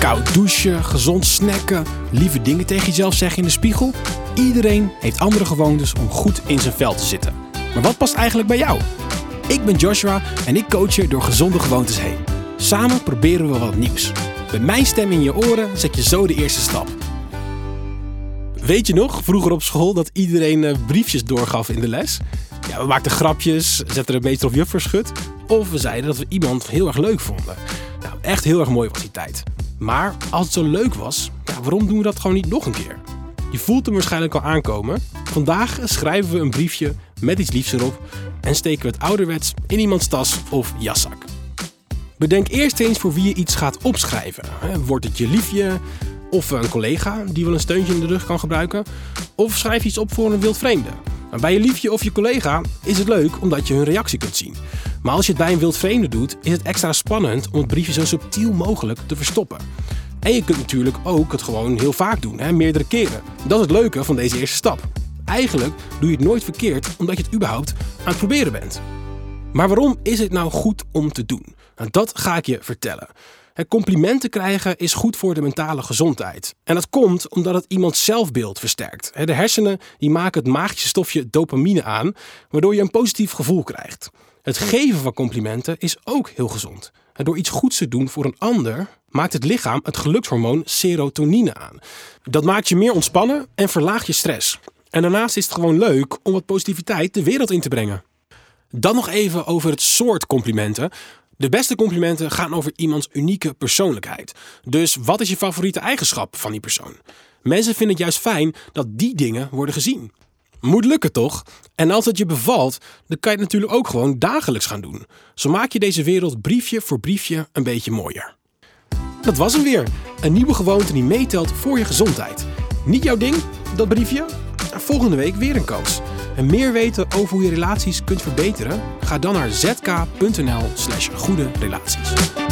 Koud douchen, gezond snacken, lieve dingen tegen jezelf zeggen in de spiegel. Iedereen heeft andere gewoontes om goed in zijn vel te zitten. Maar wat past eigenlijk bij jou? Ik ben Joshua en ik coach je door gezonde gewoontes heen. Samen proberen we wat nieuws. Met mijn stem in je oren zet je zo de eerste stap. Weet je nog, vroeger op school, dat iedereen briefjes doorgaf in de les? Ja, we maakten grapjes, zetten de meester of juf voor schut. Of we zeiden dat we iemand heel erg leuk vonden. Nou, echt heel erg mooi was die tijd. Maar als het zo leuk was, waarom doen we dat gewoon niet nog een keer? Je voelt hem waarschijnlijk al aankomen. Vandaag schrijven we een briefje met iets liefs erop en steken we het ouderwets in iemands tas of jaszak. Bedenk eerst eens voor wie je iets gaat opschrijven. Wordt het je liefje of een collega die wel een steuntje in de rug kan gebruiken? Of schrijf je iets op voor een wildvreemde? Bij je liefje of je collega is het leuk omdat je hun reactie kunt zien. Maar als je het bij een wildvreemde doet, is het extra spannend om het briefje zo subtiel mogelijk te verstoppen. En je kunt natuurlijk ook het gewoon heel vaak doen, meerdere keren. Dat is het leuke van deze eerste stap. Eigenlijk doe je het nooit verkeerd omdat je het überhaupt aan het proberen bent. Maar waarom is het nou goed om te doen? Nou, dat ga ik je vertellen. Complimenten krijgen is goed voor de mentale gezondheid. En dat komt omdat het iemands zelfbeeld versterkt. De hersenen die maken het magische stofje dopamine aan, waardoor je een positief gevoel krijgt. Het geven van complimenten is ook heel gezond. Door iets goeds te doen voor een ander maakt het lichaam het gelukshormoon serotonine aan. Dat maakt je meer ontspannen en verlaagt je stress. En daarnaast is het gewoon leuk om wat positiviteit de wereld in te brengen. Dan nog even over het soort complimenten. De beste complimenten gaan over iemands unieke persoonlijkheid. Dus wat is je favoriete eigenschap van die persoon? Mensen vinden het juist fijn dat die dingen worden gezien. Moet lukken toch? En als het je bevalt, dan kan je het natuurlijk ook gewoon dagelijks gaan doen. Zo maak je deze wereld briefje voor briefje een beetje mooier. Dat was hem weer. Een nieuwe gewoonte die meetelt voor je gezondheid. Niet jouw ding, dat briefje? Volgende week weer een kans. En meer weten over hoe je relaties kunt verbeteren? Ga dan naar zk.nl/goede relaties.